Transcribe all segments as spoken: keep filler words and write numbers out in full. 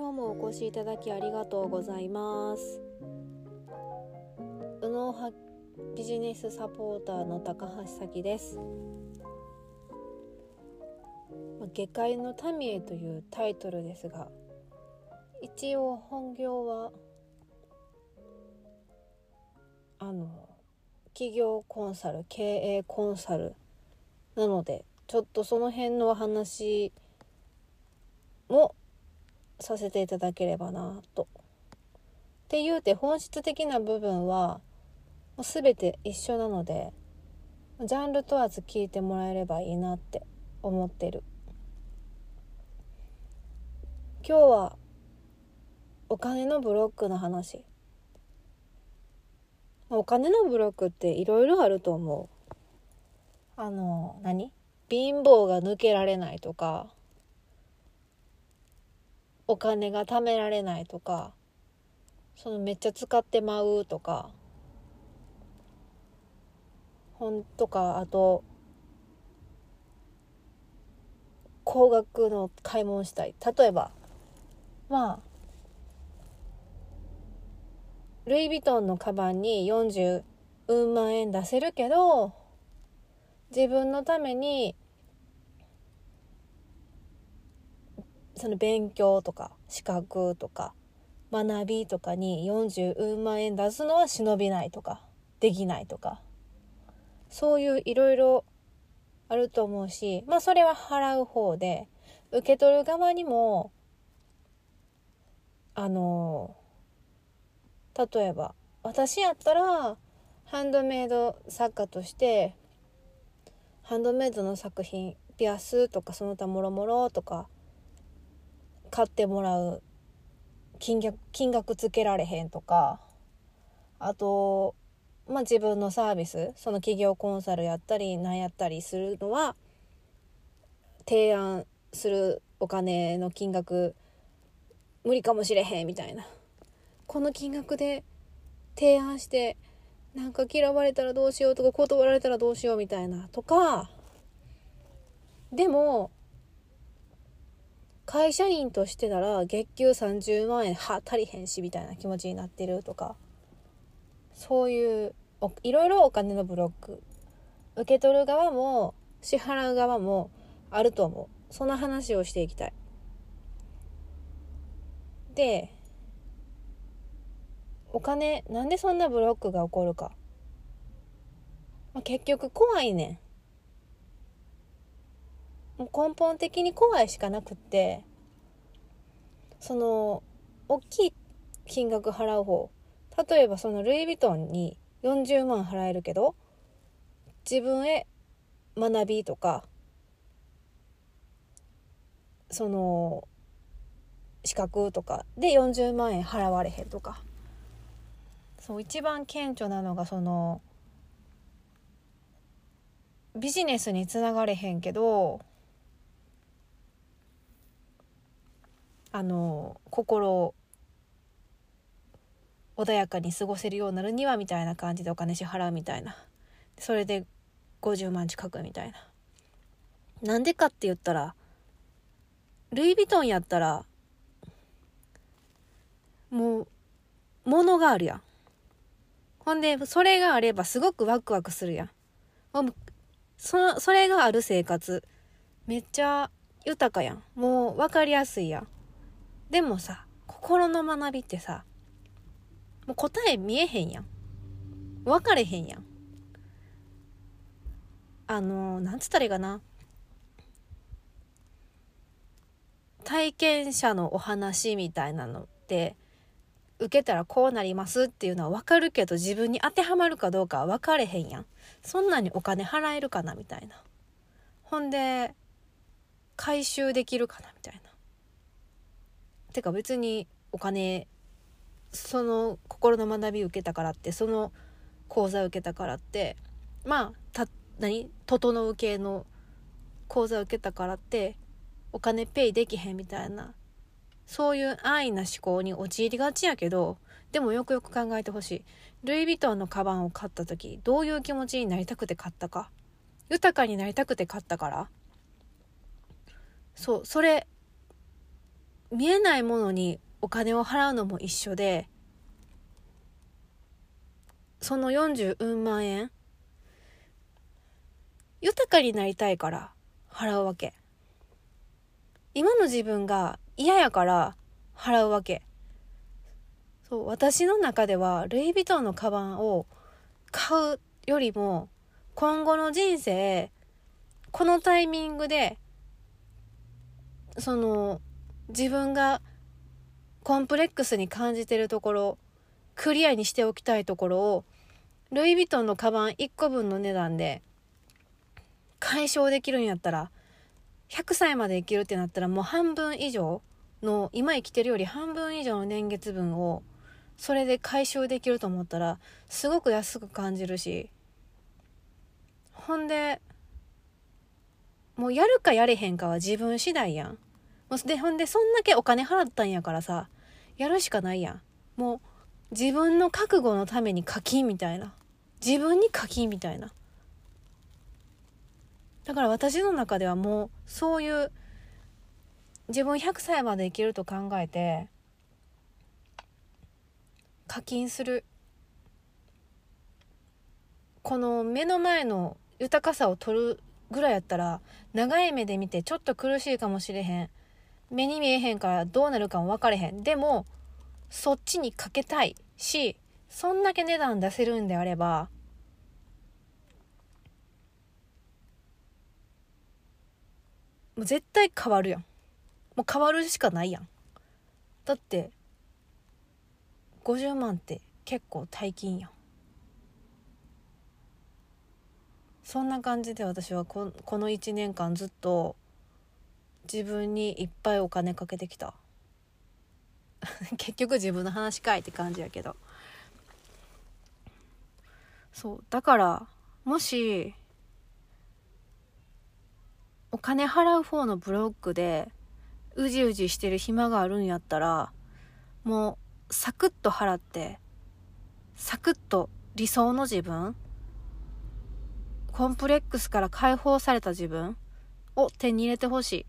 今日もお越しいただきありがとうございます。右脳派ビジネスサポーターの高橋咲です。下界の民へというタイトルですが、一応本業はあの企業コンサル、経営コンサルなので、ちょっとその辺のお話もさせていただければなと。っていうて本質的な部分はもう全て一緒なので、ジャンル問わず聞いてもらえればいいなって思ってる。今日はお金のブロックの話。お金のブロックっていろいろあると思う。あの何貧乏が抜けられないとか、お金が貯められないとか、そのめっちゃ使ってまうとか、ほんとか、あと高額の買い物したい。例えばまあルイ・ヴィトンのカバンによんじゅうまん円出せるけど、自分のためにその勉強とか資格とか学びとかによんじゅうまん円出すのは忍びないとかできないとか、そういういろいろあると思うし、まあそれは払う方で、受け取る側にもあの例えば私やったらハンドメイド作家としてハンドメイドの作品、ピアスとかその他もろもろとか買ってもらう金額、金額つけられへんとか、あとまあ自分のサービス、その企業コンサルやったりなんやったりするのは提案するお金の金額無理かもしれへんみたいな、この金額で提案してなんか嫌われたらどうしようとか断られたらどうしようみたいなとか、でも会社員としてなら月給さんじゅうまん円は足りへんしみたいな気持ちになってるとか、そういういろいろお金のブロック、受け取る側も支払う側もあると思う。その話をしていきたい。で、お金なんでそんなブロックが起こるか、まあ、結局怖いねん。もう根本的に怖いしかなくって、その大きい金額払う方、例えばそのルイ・ヴィトンによんじゅうまん払えるけど、自分へ学びとかその資格とかでよんじゅうまん円払われへんとか、そう一番顕著なのがそのビジネスにつながれへんけど、あの心穏やかに過ごせるようになるにはみたいな感じでお金支払うみたいな、それでごじゅうまん近くみたいな。なんでかって言ったら、ルイ・ヴィトンやったらもう物があるやん。ほんでそれがあればすごくワクワクするやん。もうそのそれがある生活めっちゃ豊かやん。もう分かりやすいやん。でもさ、心の学びってさ、もう答え見えへんやん。分かれへんやん。あのなんつったらいいかな、体験者のお話みたいなのって受けたらこうなりますっていうのは分かるけど、自分に当てはまるかどうかは分かれへんやん。そんなにお金払えるかなみたいな、ほんで回収できるかなみたいな。てか別にお金、その心の学び受けたからって、その講座受けたからって、まあた何整う系の講座受けたからってお金ペイできへんみたいな、そういう安易な思考に陥りがちやけど、でもよくよく考えてほしい。ルイ・ヴィトンのカバンを買った時、どういう気持ちになりたくて買ったか。豊かになりたくて買ったから。そう、それ見えないものにお金を払うのも一緒で、そのよんじゅうまん円豊かになりたいから払うわけ。今の自分が嫌やから払うわけ。そう、私の中ではルイ・ヴィトンのカバンを買うよりも、今後の人生このタイミングでその自分がコンプレックスに感じてるところ、クリアにしておきたいところをルイ・ヴィトンのカバンいっこぶんの値段で解消できるんやったら、ひゃくさいまで生きるってなったらもう半分以上の、今生きてるより半分以上の年月分をそれで解消できると思ったらすごく安く感じるし、ほんでもうやるかやれへんかは自分次第やん。でほんでそんだけお金払ったんやからさ、やるしかないやん。もう自分の覚悟のために課金みたいな、自分に課金みたいな。だから私の中ではもうそういう自分ひゃくさいまで生きると考えて課金する、この目の前の豊かさを取るぐらいやったら、長い目で見てちょっと苦しいかもしれへん、目に見えへんからどうなるかも分かれへん、でもそっちにかけたいし、そんだけ値段出せるんであればもう絶対変わるやん。もう変わるしかないやん。だってごじゅうまんって結構大金やん。そんな感じで私はここのいちねんかんずっと自分にいっぱいお金かけてきた結局自分の話かいって感じやけど、そうだからもしお金払う方のブロックでうじうじしてる暇があるんやったら、もうサクッと払ってサクッと理想の自分、コンプレックスから解放された自分を手に入れてほしい。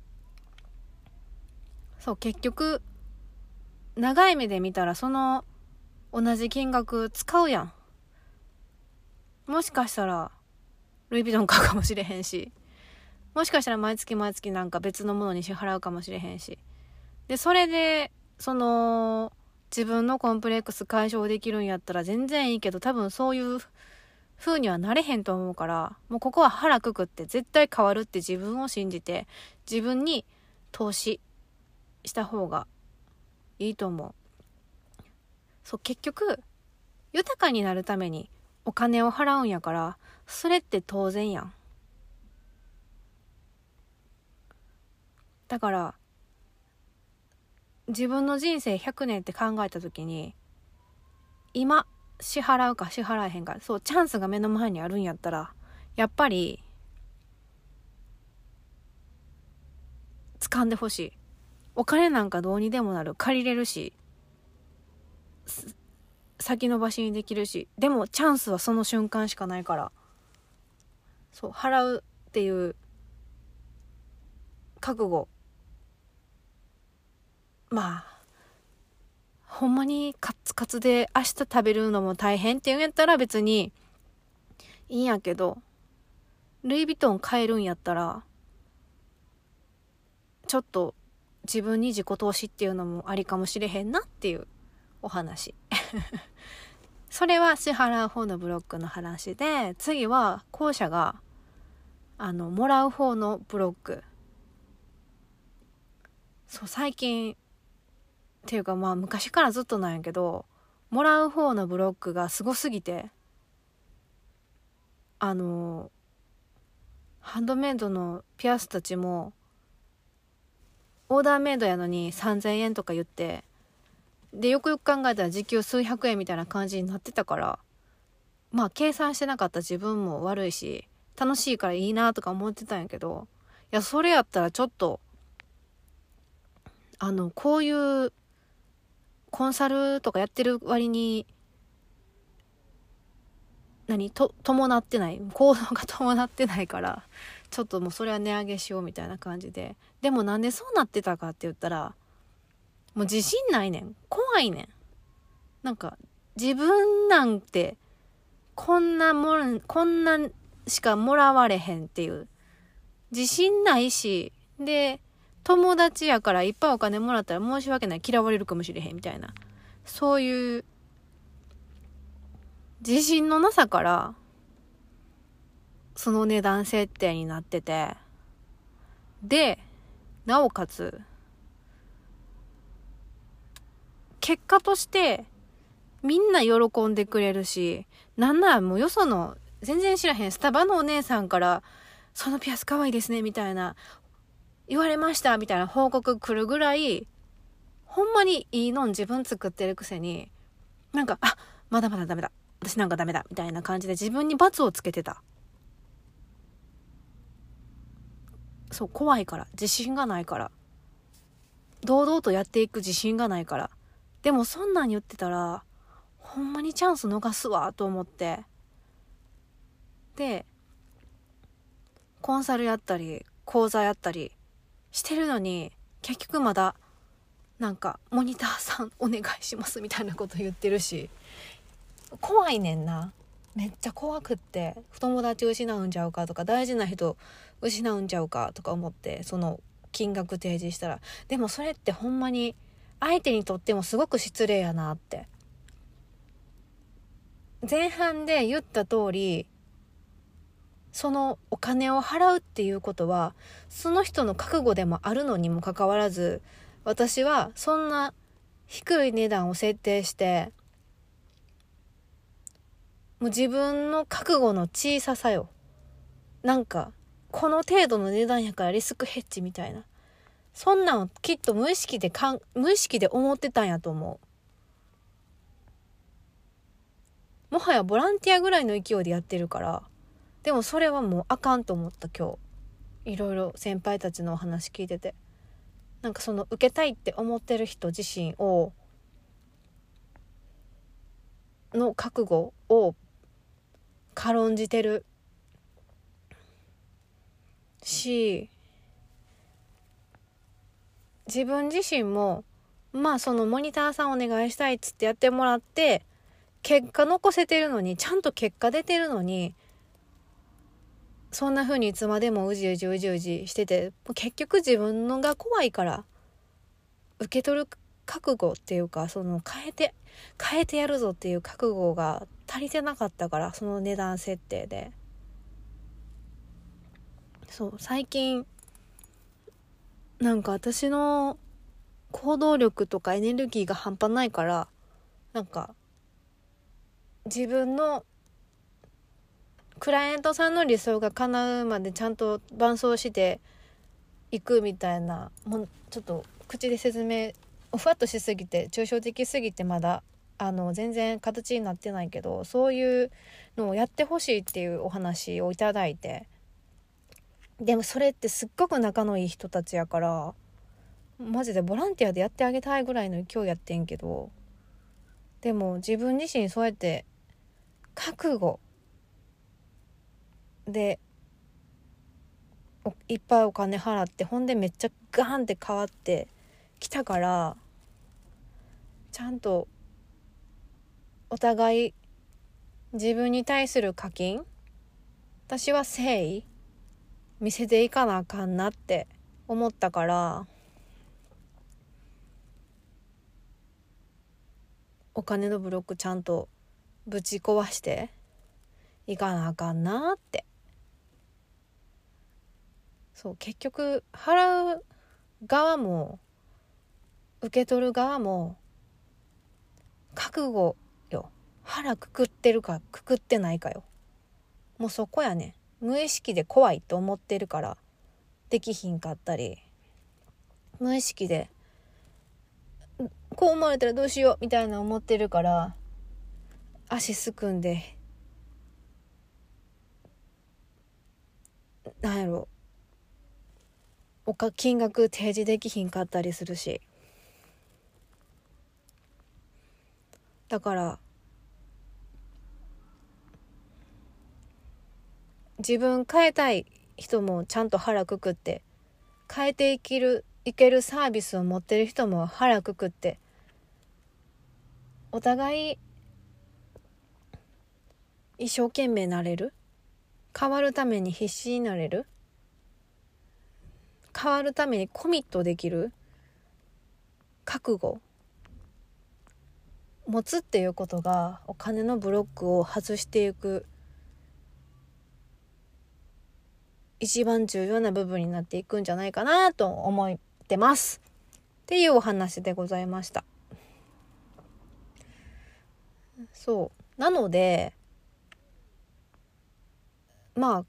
そう、結局長い目で見たらその同じ金額使うやん。もしかしたらルイ・ヴィトン買うかもしれへんし、もしかしたら毎月毎月なんか別のものに支払うかもしれへんし、でそれでその自分のコンプレックス解消できるんやったら全然いいけど、多分そういう風にはなれへんと思うから、もうここは腹くくって絶対変わるって自分を信じて自分に投資した方がいいと思う。そう、結局豊かになるためにお金を払うんやから、それって当然やん。だから自分の人生ひゃくねんって考えた時に、今支払うか支払えへんか、そうチャンスが目の前にあるんやったらやっぱり掴んでほしい。お金なんかどうにでもなる、借りれるし先延ばしにできるし、でもチャンスはその瞬間しかないから、そう払うっていう覚悟、まあほんまにカツカツで明日食べるのも大変っていうんやったら別にいいんやけど、ルイ・ヴィトン買えるんやったらちょっと自分に自己投資っていうのもありかもしれへんなっていうお話それは支払う方のブロックの話で、次は後者があのもらう方のブロック。そう最近っていうかまあ昔からずっとなんやけど、もらう方のブロックがすごすぎて、あのハンドメイドのピアスたちもオーダーメイドやのにさんぜんえんとか言って、でよくよく考えたら時給数百円みたいな感じになってたから、まあ計算してなかった自分も悪いし、楽しいからいいなとか思ってたんやけど、いやそれやったらちょっとあのこういうコンサルとかやってる割に何と伴ってない行動が伴ってないから、ちょっともうそれは値上げしようみたいな感じで。でもなんでそうなってたかって言ったら、 もう自信ないねん。怖いねん。なんか自分なんてこんなもん、こんなしかもらわれへんっていう自信ないし、で友達やからいっぱいお金もらったら申し訳ない、嫌われるかもしれへんみたいな、そういう自信のなさからその値段設定になってて、でなおかつ結果としてみんな喜んでくれるし、なんならもうよその全然知らへんスタバのお姉さんからそのピアス可愛いですねみたいな言われましたみたいな報告来るぐらい、ほんまにいいのん自分作ってるくせに、なんかあまだまだダメだ、私なんかダメだみたいな感じで自分に罰をつけてた。そう、怖いから、自信がないから、堂々とやっていく自信がないから。でもそんなん言ってたらほんまにチャンス逃すわと思って、でコンサルやったり講座やったりしてるのに、結局まだなんかモニターさんお願いしますみたいなこと言ってるし、怖いねんな。めっちゃ怖くって、友達失うんちゃうかとか、大事な人失うんちゃうかとか思って、その金額提示したら、でもそれってほんまに相手にとってもすごく失礼やなって。前半で言った通り、そのお金を払うっていうことはその人の覚悟でもあるのにもかかわらず、私はそんな低い値段を設定して、もう自分の覚悟の小ささよ、なんかこの程度の値段やからリスクヘッジみたいな、そんなんをきっと無意識でかん無意識で思ってたんやと思う。もはやボランティアぐらいの勢いでやってるから。でもそれはもうあかんと思った。今日いろいろ先輩たちのお話聞いてて、なんかその受けたいって思ってる人自身をの覚悟を軽んじてるし、自分自身もまあそのモニターさんお願いしたいっつってやってもらって結果残せてるのに、ちゃんと結果出てるのに、そんな風にいつまでもうじうじうじうじしてて、結局自分のが怖いから、受け取る覚悟っていうか、その変えて変えてやるぞっていう覚悟が足りてなかったから、その値段設定で。そう、最近なんか私の行動力とかエネルギーが半端ないから、なんか自分のクライアントさんの理想が叶うまでちゃんと伴走していくみたいな、もうちょっと口で説明ふわっとしすぎて抽象的すぎてまだあの全然形になってないけど、そういうのをやってほしいっていうお話をいただいて、でもそれってすっごく仲のいい人たちやから、マジでボランティアでやってあげたいぐらいの勢いやってんけど、でも自分自身そうやって覚悟でいっぱいお金払って、ほんでめっちゃガーンって変わってきたから、ちゃんとお互い自分に対する課金、私は誠意見せていかなあかんなって思ったから、お金のブロックちゃんとぶち壊していかなあかんなって。そう、結局払う側も受け取る側も覚悟よ。腹くくってるかくくってないかよ。もうそこやね。無意識で怖いと思ってるからできひんかったり、無意識でこう思われたらどうしようみたいな思ってるから足すくんで、なんやろ、おか金額提示できひんかったりするし、だから自分変えたい人もちゃんと腹くくって変えていけるいけるサービスを持ってる人も腹くくって、お互い一生懸命なれる、変わるために必死になれる、変わるためにコミットできる覚悟持つっていうことが、お金のブロックを外していく一番重要な部分になっていくんじゃないかなと思ってますっていうお話でございました。そうなので、まあ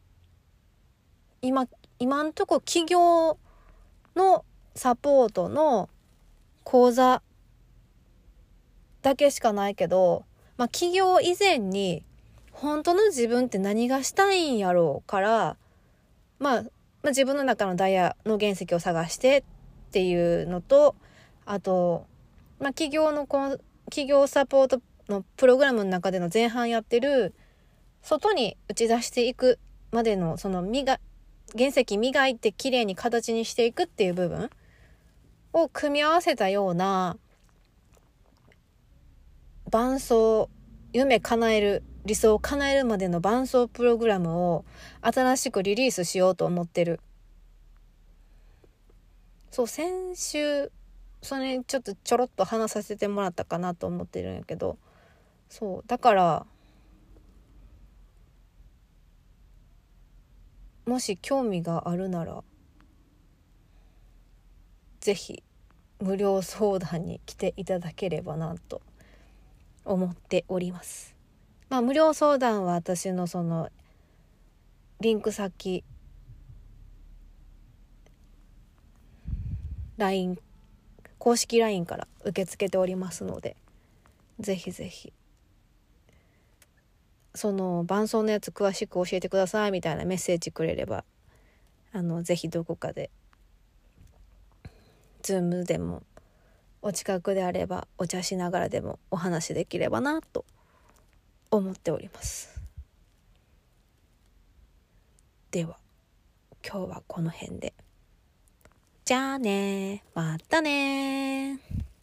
今今んとこ企業のサポートの講座だけしかないけど、まあ企業以前に本当の自分って何がしたいんやろうから、まあ、まあ自分の中のダイヤの原石を探してっていうのと、あと、まあ企業のこ企業サポートのプログラムの中での前半やってる外に打ち出していくまでのその磨原石磨いてきれいに形にしていくっていう部分を組み合わせたような伴走、夢叶える、理想を叶えるまでの伴走プログラムを新しくリリースしようと思ってる。そう、先週それちょっとちょろっと話させてもらったかなと思ってるんやけど、そうだからもし興味があるならぜひ無料相談に来ていただければなと思っております。まあ無料相談は私のそのリンク先 ライン 公式 ライン から受け付けておりますので、ぜひぜひその伴奏のやつ詳しく教えてくださいみたいなメッセージくれれば、あのぜひどこかでズームでもお近くであればお茶しながらでもお話できればなと思っております。では今日はこの辺で。じゃあね、またね。